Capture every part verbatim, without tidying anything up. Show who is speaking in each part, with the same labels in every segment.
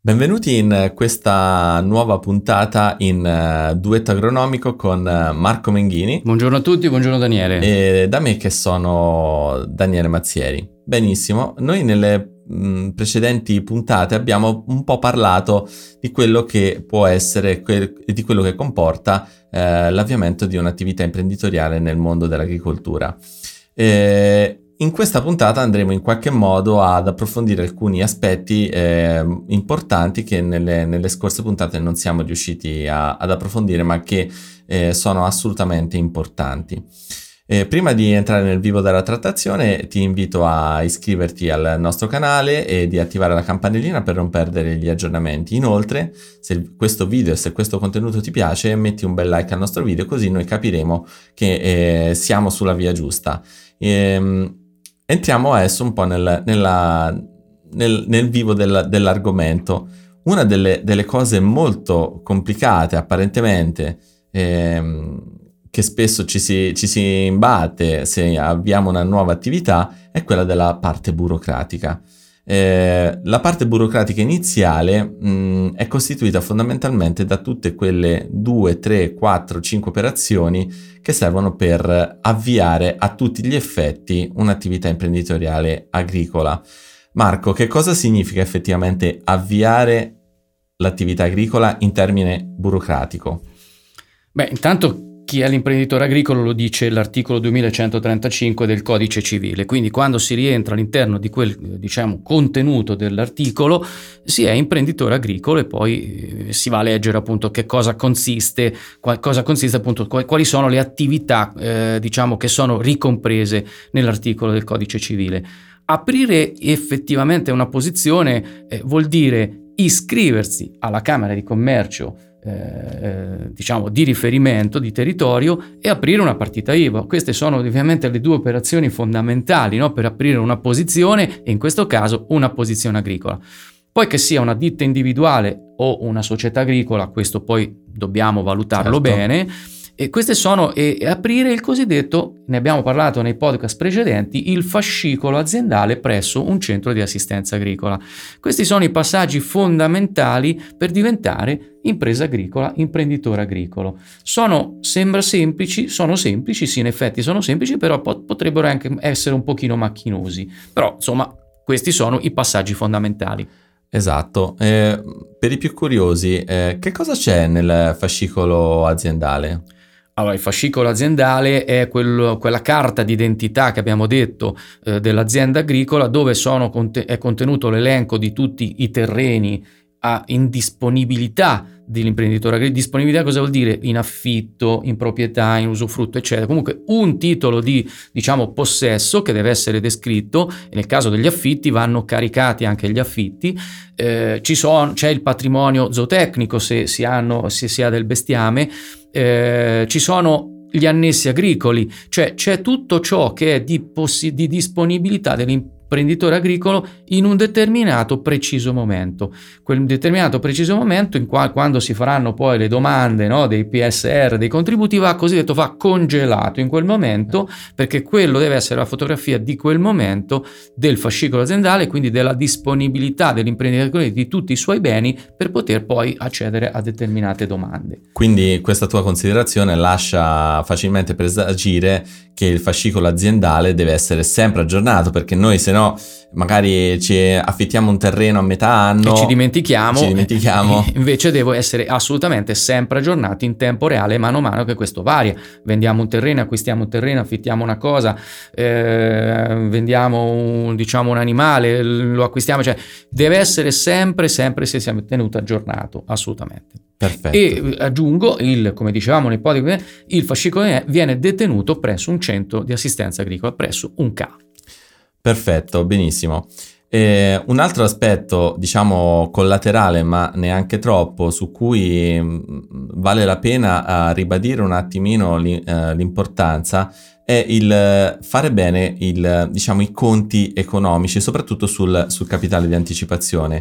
Speaker 1: Benvenuti in questa nuova puntata in uh, duetto agronomico con uh, Marco Menghini.
Speaker 2: Buongiorno a tutti, buongiorno Daniele.
Speaker 1: E da me che sono Daniele Mazzieri. Benissimo, noi nelle mh, precedenti puntate abbiamo un po' parlato di quello che può essere e que- di quello che comporta eh, l'avviamento di un'attività imprenditoriale nel mondo dell'agricoltura. E in questa puntata andremo in qualche modo ad approfondire alcuni aspetti eh, importanti che nelle, nelle scorse puntate non siamo riusciti a, ad approfondire, ma che eh, sono assolutamente importanti. Eh, prima di entrare nel vivo della trattazione ti invito a iscriverti al nostro canale e di attivare la campanellina per non perdere gli aggiornamenti. Inoltre, se questo video e se questo contenuto ti piace, metti un bel like al nostro video, così noi capiremo che eh, siamo sulla via giusta. Ehm, Entriamo adesso un po' nel, nella, nel, nel vivo del, dell'argomento. Una delle, delle cose molto complicate, apparentemente, ehm, che spesso ci si, ci si imbatte se avviamo una nuova attività, è quella della parte burocratica. Eh, la parte burocratica iniziale mh, è costituita fondamentalmente da tutte quelle due, tre, quattro, cinque operazioni che servono per avviare a tutti gli effetti un'attività imprenditoriale agricola. Marco, che cosa significa effettivamente avviare l'attività agricola in termine burocratico?
Speaker 2: Beh, intanto chi è l'imprenditore agricolo lo dice l'articolo duemilacentotrentacinque del Codice Civile, quindi quando si rientra all'interno di quel, diciamo, contenuto dell'articolo si è imprenditore agricolo e poi eh, si va a leggere appunto che cosa consiste, qual, cosa consiste appunto, qual, quali sono le attività eh, diciamo che sono ricomprese nell'articolo del Codice Civile. Aprire effettivamente una posizione eh, vuol dire iscriversi alla Camera di Commercio Eh, diciamo di riferimento, di territorio, e aprire una partita I V A. Queste sono ovviamente le due operazioni fondamentali, no? Per aprire una posizione, e in questo caso una posizione agricola. Poi che sia una ditta individuale o una società agricola, questo poi dobbiamo valutarlo certo. bene. E queste sono e, e aprire il cosiddetto, ne abbiamo parlato nei podcast precedenti, il fascicolo aziendale presso un centro di assistenza agricola. Questi sono i passaggi fondamentali per diventare impresa agricola, imprenditore agricolo. Sono, sembra semplici, sono semplici, sì, in effetti sono semplici, però pot- potrebbero anche essere un pochino macchinosi. Però, insomma, questi sono i passaggi fondamentali.
Speaker 1: Esatto. Eh, per i più curiosi, eh, che cosa c'è nel fascicolo aziendale?
Speaker 2: Allora, il fascicolo aziendale è quello, quella carta d'identità che abbiamo detto eh, dell'azienda agricola, dove sono conte- è contenuto l'elenco di tutti i terreni a, in disponibilità dell'imprenditore agricolo. Disponibilità cosa vuol dire? In affitto, in proprietà, in usufrutto, eccetera. Comunque un titolo di, diciamo, possesso che deve essere descritto, e nel caso degli affitti vanno caricati anche gli affitti. Eh, ci sono, c'è il patrimonio zootecnico se si, hanno, se si ha del bestiame, eh, ci sono gli annessi agricoli, cioè c'è tutto ciò che è di, possi- di disponibilità dell'imprenditore agricolo in un determinato preciso momento. Quel determinato preciso momento in qua, quando si faranno poi le domande, no, dei P S R, dei contributi, va cosiddetto va congelato in quel momento, perché quello deve essere la fotografia di quel momento del fascicolo aziendale, quindi della disponibilità dell'imprenditore di tutti i suoi beni per poter poi accedere a determinate domande.
Speaker 1: Quindi questa tua considerazione lascia facilmente presagire che il fascicolo aziendale deve essere sempre aggiornato, perché noi se no magari ci affittiamo un terreno a metà anno
Speaker 2: e ci dimentichiamo,
Speaker 1: ci dimentichiamo.
Speaker 2: Invece devo essere assolutamente sempre aggiornati in tempo reale, mano a mano che questo varia. Vendiamo un terreno, acquistiamo un terreno, affittiamo una cosa, eh, vendiamo un, diciamo un animale, lo acquistiamo, cioè deve essere sempre sempre se siamo tenuto aggiornato, assolutamente.
Speaker 1: Perfetto.
Speaker 2: E aggiungo, il, come dicevamo nei podcast, il fascicolo viene detenuto presso un centro di assistenza agricola, presso un C A.
Speaker 1: Perfetto, benissimo. Eh, un altro aspetto, diciamo, collaterale, ma neanche troppo, su cui mh, vale la pena uh, ribadire un attimino li, uh, l'importanza, è il fare bene il, diciamo, i conti economici, soprattutto sul, sul capitale di anticipazione.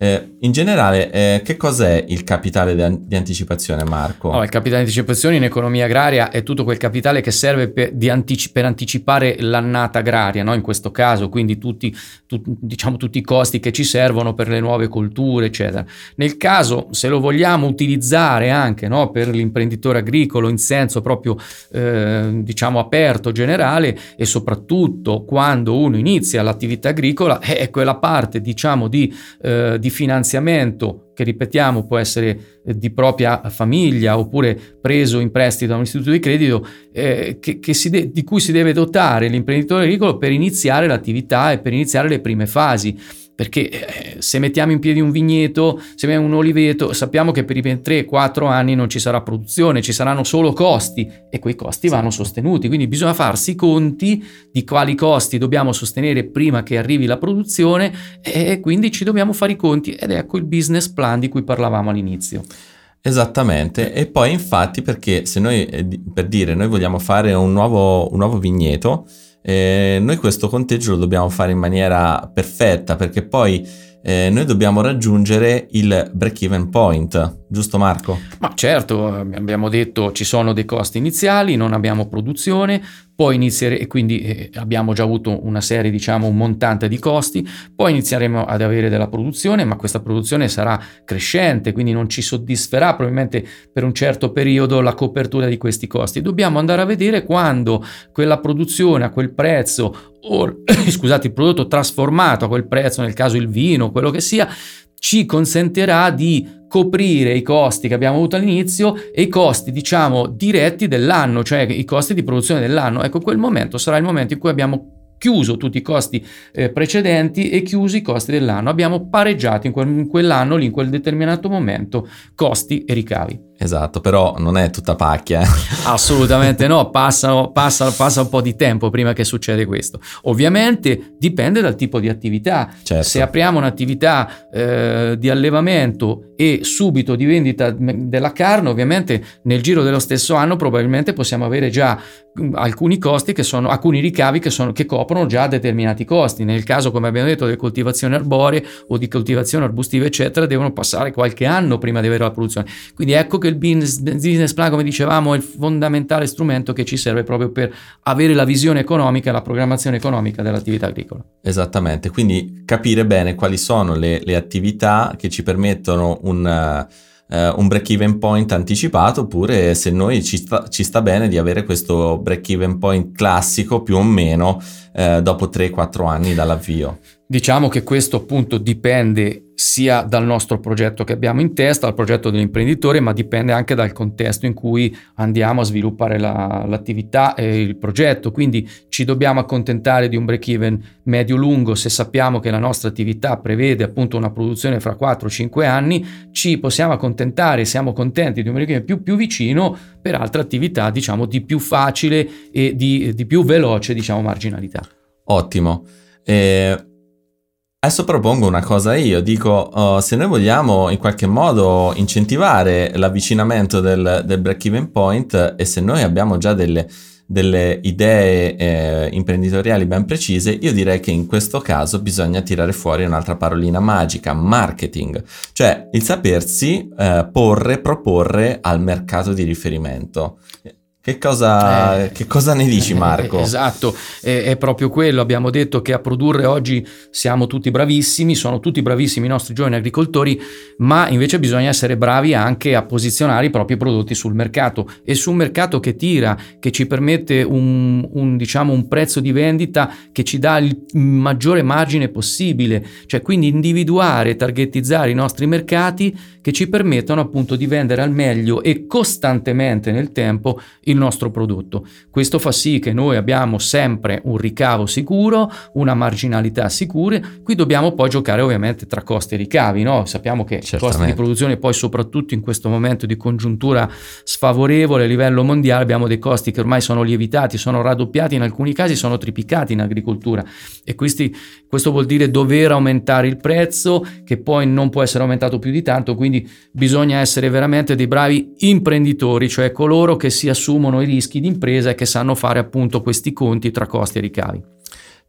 Speaker 1: Eh, in generale, eh, che cos'è il capitale di, di anticipazione, Marco?
Speaker 2: Oh, il capitale di anticipazione in economia agraria è tutto quel capitale che serve per, di antici- per anticipare l'annata agraria, no? In questo caso, quindi tutti, tu, diciamo, tutti i costi che ci servono per le nuove colture, eccetera. Nel caso, se lo vogliamo utilizzare anche, no, per l'imprenditore agricolo in senso proprio eh, diciamo aperto, generale, e soprattutto quando uno inizia l'attività agricola, è quella parte, diciamo, di, eh, di finanziamento che, ripetiamo, può essere di propria famiglia oppure preso in prestito da un istituto di credito, eh, che, che si de- di cui si deve dotare l'imprenditore agricolo per iniziare l'attività e per iniziare le prime fasi. Perché eh, se mettiamo in piedi un vigneto, se mettiamo un oliveto, sappiamo che per i tre quattro anni non ci sarà produzione, ci saranno solo costi, e quei costi vanno sostenuti. Quindi bisogna farsi i conti di quali costi dobbiamo sostenere prima che arrivi la produzione, e quindi ci dobbiamo fare i conti, ed ecco il business plan di cui parlavamo all'inizio.
Speaker 1: Esattamente, e poi infatti, perché se noi, per dire, noi vogliamo fare un nuovo, un nuovo vigneto, Eh, noi questo conteggio lo dobbiamo fare in maniera perfetta, perché poi eh, noi dobbiamo raggiungere il break-even point, giusto Marco?
Speaker 2: Ma certo, abbiamo detto ci sono dei costi iniziali, non abbiamo produzione, poi iniziare, e quindi eh, abbiamo già avuto una serie, diciamo, un montante di costi, poi inizieremo ad avere della produzione, ma questa produzione sarà crescente, quindi non ci soddisferà probabilmente per un certo periodo la copertura di questi costi. Dobbiamo andare a vedere quando quella produzione a quel prezzo, o scusate, il prodotto trasformato a quel prezzo, nel caso il vino, quello che sia, ci consentirà di coprire i costi che abbiamo avuto all'inizio e i costi, diciamo, diretti dell'anno, cioè i costi di produzione dell'anno. Ecco, quel momento sarà il momento in cui abbiamo chiuso tutti i costi eh, precedenti e chiusi i costi dell'anno. Abbiamo pareggiato in, quel, in quell'anno, lì, in quel determinato momento, costi e ricavi.
Speaker 1: Esatto, però non è tutta pacchia.
Speaker 2: Assolutamente no, passa, passa, passa un po' di tempo prima che succede questo. Ovviamente dipende dal tipo di attività.
Speaker 1: Certo.
Speaker 2: Se apriamo un'attività eh, di allevamento e subito di vendita della carne, ovviamente nel giro dello stesso anno probabilmente possiamo avere già alcuni costi che sono, alcuni ricavi che, sono, che coprono già determinati costi. Nel caso, come abbiamo detto, delle coltivazioni arboree o di coltivazioni arbustive, eccetera, devono passare qualche anno prima di avere la produzione. Quindi ecco che il business plan, come dicevamo, è il fondamentale strumento che ci serve proprio per avere la visione economica e la programmazione economica dell'attività agricola.
Speaker 1: Esattamente, quindi capire bene quali sono le, le attività che ci permettono un, uh, un break-even point anticipato, oppure se noi ci sta, ci sta bene di avere questo break-even point classico più o meno uh, dopo tre quattro anni dall'avvio.
Speaker 2: Diciamo che questo appunto dipende sia dal nostro progetto che abbiamo in testa, dal progetto dell'imprenditore, ma dipende anche dal contesto in cui andiamo a sviluppare la, l'attività e il progetto. Quindi ci dobbiamo accontentare di un break-even medio-lungo se sappiamo che la nostra attività prevede appunto una produzione fra quattro cinque anni. Ci possiamo accontentare, siamo contenti di un break-even più, più vicino per altre attività, diciamo, di più facile e di, di più veloce, diciamo, marginalità.
Speaker 1: Ottimo. Eh... Adesso propongo una cosa io, dico uh, se noi vogliamo in qualche modo incentivare l'avvicinamento del, del break-even point, e se noi abbiamo già delle, delle idee eh, imprenditoriali ben precise, io direi che in questo caso bisogna tirare fuori un'altra parolina magica: marketing, cioè il sapersi eh, porre, proporre al mercato di riferimento. Che cosa, eh, che cosa ne dici, Marco?
Speaker 2: Eh, esatto, è, è proprio quello. Abbiamo detto che a produrre oggi siamo tutti bravissimi, sono tutti bravissimi i nostri giovani agricoltori, ma invece bisogna essere bravi anche a posizionare i propri prodotti sul mercato, e su un mercato che tira, che ci permette un, un, diciamo, un prezzo di vendita che ci dà il maggiore margine possibile, cioè quindi individuare e targetizzare i nostri mercati che ci permettono appunto di vendere al meglio e costantemente nel tempo il nostro prodotto. Questo fa sì che noi abbiamo sempre un ricavo sicuro, una marginalità sicura. Qui dobbiamo poi giocare ovviamente tra costi e ricavi, no? Sappiamo che i costi di produzione, poi soprattutto in questo momento di congiuntura sfavorevole a livello mondiale, abbiamo dei costi che ormai sono lievitati, sono raddoppiati, in alcuni casi sono triplicati in agricoltura, e questi, questo vuol dire dover aumentare il prezzo, che poi non può essere aumentato più di tanto. Quindi bisogna essere veramente dei bravi imprenditori, cioè coloro che si assumono i rischi di impresa e che sanno fare appunto questi conti tra costi e ricavi.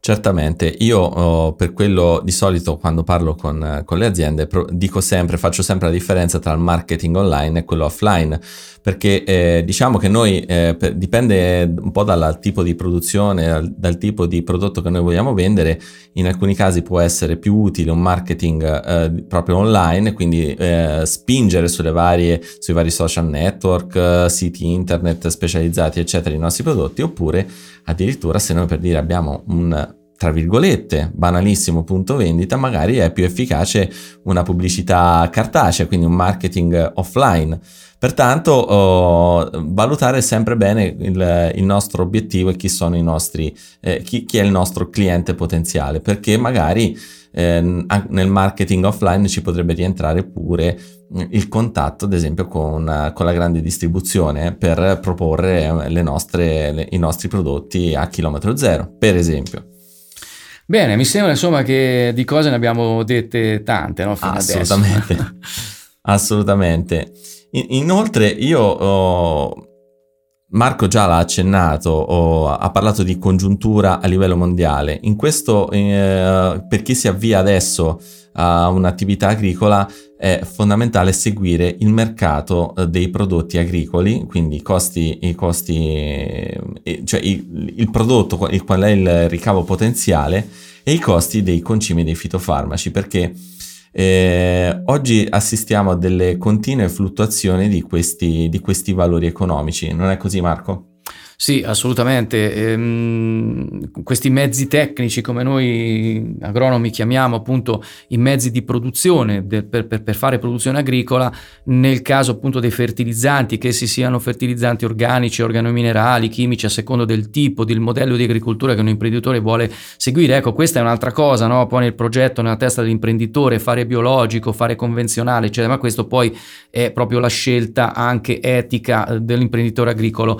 Speaker 1: Certamente, io oh, per quello di solito quando parlo con, con le aziende pro, dico sempre, faccio sempre la differenza tra il marketing online e quello offline, perché eh, diciamo che noi eh, per, dipende un po' dal tipo di produzione, dal, dal tipo di prodotto che noi vogliamo vendere. In alcuni casi può essere più utile un marketing eh, proprio online, quindi eh, spingere sulle varie, sui vari social network, eh, siti internet specializzati eccetera i nostri prodotti, oppure addirittura se noi per dire abbiamo un tra virgolette banalissimo punto vendita, magari è più efficace una pubblicità cartacea, quindi un marketing offline. Pertanto oh, valutare sempre bene il, il nostro obiettivo e chi sono i nostri eh, chi, chi è il nostro cliente potenziale, perché magari eh, nel marketing offline ci potrebbe rientrare pure il contatto ad esempio con, con la grande distribuzione per proporre le nostre, le, i nostri prodotti a chilometro zero, per esempio.
Speaker 2: Bene, mi sembra insomma che di cose ne abbiamo dette tante, no? Fino
Speaker 1: assolutamente,
Speaker 2: adesso.
Speaker 1: Assolutamente. In, inoltre io oh, Marco già l'ha accennato, oh, ha parlato di congiuntura a livello mondiale. In questo, eh, per chi si avvia adesso a un'attività agricola, è fondamentale seguire il mercato dei prodotti agricoli, quindi i costi, i costi cioè il, il prodotto, qual è il ricavo potenziale e i costi dei concimi dei fitofarmaci, perché eh, oggi assistiamo a delle continue fluttuazioni di questi, di questi valori economici. Non è così, Marco?
Speaker 2: Sì, assolutamente. Ehm, questi mezzi tecnici, come noi agronomi chiamiamo appunto i mezzi di produzione de, per, per, per fare produzione agricola, nel caso appunto dei fertilizzanti, che si siano fertilizzanti organici, organominerali, chimici, a secondo del tipo, del modello di agricoltura che un imprenditore vuole seguire. Ecco, questa è un'altra cosa, no? Poi nel progetto, nella testa dell'imprenditore, fare biologico, fare convenzionale, eccetera, ma questo poi è proprio la scelta anche etica dell'imprenditore agricolo.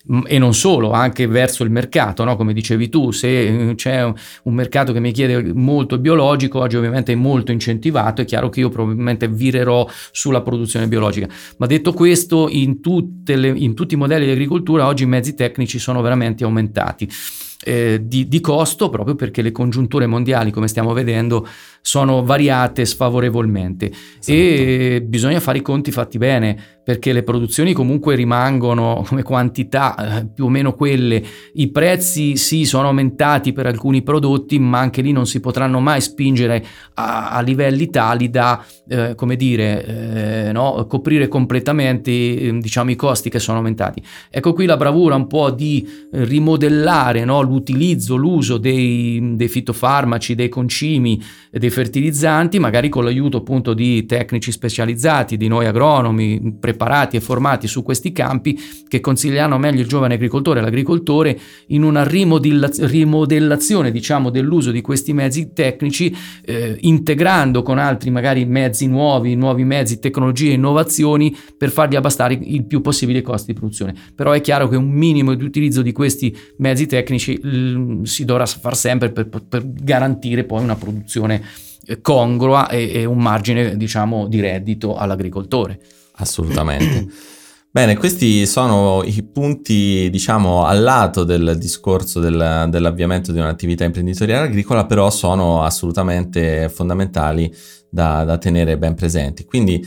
Speaker 2: E non solo, anche verso il mercato, no? Come dicevi tu, se c'è un mercato che mi chiede molto biologico, oggi ovviamente è molto incentivato, è chiaro che io probabilmente virerò sulla produzione biologica. Ma detto questo, in, tutte le, in tutti i modelli di agricoltura oggi i mezzi tecnici sono veramente aumentati eh, di, di costo, proprio perché le congiunture mondiali, come stiamo vedendo, sono variate sfavorevolmente. Esatto. E bisogna fare i conti fatti bene, perché le produzioni comunque rimangono come quantità eh, più o meno quelle, i prezzi sì sono aumentati per alcuni prodotti, ma anche lì non si potranno mai spingere a, a livelli tali da eh, come dire eh, no, coprire completamente eh, diciamo i costi che sono aumentati. Ecco qui la bravura un po' di eh, rimodellare, no, l'utilizzo, l'uso dei, dei fitofarmaci, dei concimi, dei fertilizzanti, magari con l'aiuto appunto di tecnici specializzati, di noi agronomi preparati e formati su questi campi, che consiglieranno meglio il giovane agricoltore e l'agricoltore in una rimodellaz- rimodellazione diciamo dell'uso di questi mezzi tecnici, eh, integrando con altri magari mezzi nuovi, nuovi mezzi, tecnologie e innovazioni per farli abbassare il più possibile i costi di produzione. Però è chiaro che un minimo di utilizzo di questi mezzi tecnici l- si dovrà far sempre per, per garantire poi una produzione congrua e, e un margine diciamo di reddito all'agricoltore.
Speaker 1: Assolutamente. Bene, questi sono i punti diciamo al lato del discorso del, dell'avviamento di un'attività imprenditoriale agricola, però sono assolutamente fondamentali da, da tenere ben presenti. Quindi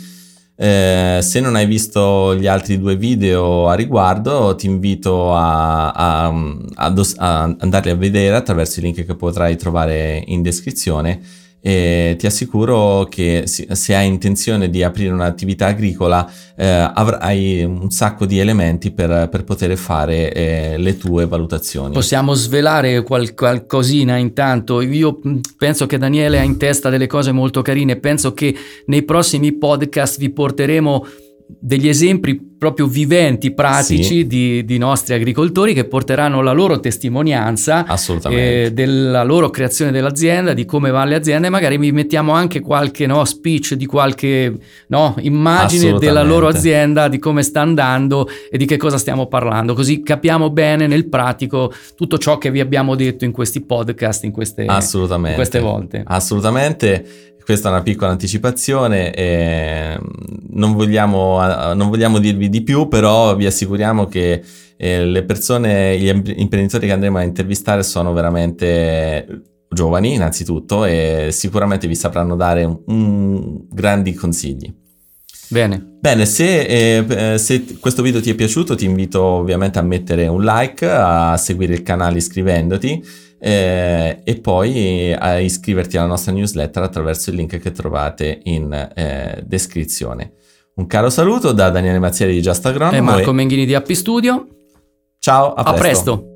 Speaker 1: eh, se non hai visto gli altri due video a riguardo, ti invito a, a, a, a andarli a vedere attraverso i link che potrai trovare in descrizione. E ti assicuro che se hai intenzione di aprire un'attività agricola eh, avrai un sacco di elementi per, per poter fare eh, le tue valutazioni.
Speaker 2: Possiamo svelare qual- qualcosina intanto. Io penso che Daniele ha in testa delle cose molto carine, penso che nei prossimi podcast vi porteremo degli esempi proprio viventi, pratici sì. di, di nostri agricoltori che porteranno la loro testimonianza eh, della loro creazione dell'azienda, di come va le aziende, e magari vi mettiamo anche qualche no, speech di qualche no, immagine della loro azienda, di come sta andando e di che cosa stiamo parlando, così capiamo bene nel pratico tutto ciò che vi abbiamo detto in questi podcast, in queste,
Speaker 1: Assolutamente.
Speaker 2: in queste volte.
Speaker 1: Assolutamente. questa è una piccola anticipazione, e non vogliamo, non vogliamo dirvi di più, però vi assicuriamo che eh, le persone, gli imprenditori che andremo a intervistare sono veramente giovani innanzitutto e sicuramente vi sapranno dare un, un grandi consigli.
Speaker 2: Bene.
Speaker 1: Bene, se, eh, se questo video ti è piaciuto ti invito ovviamente a mettere un like, a seguire il canale iscrivendoti eh, e poi a iscriverti alla nostra newsletter attraverso il link che trovate in eh, descrizione. Un caro saluto da Daniele Mazzieri di Just Agronomo
Speaker 2: e Marco e... Menghini di Appistudio.
Speaker 1: Ciao, a presto.
Speaker 2: A presto.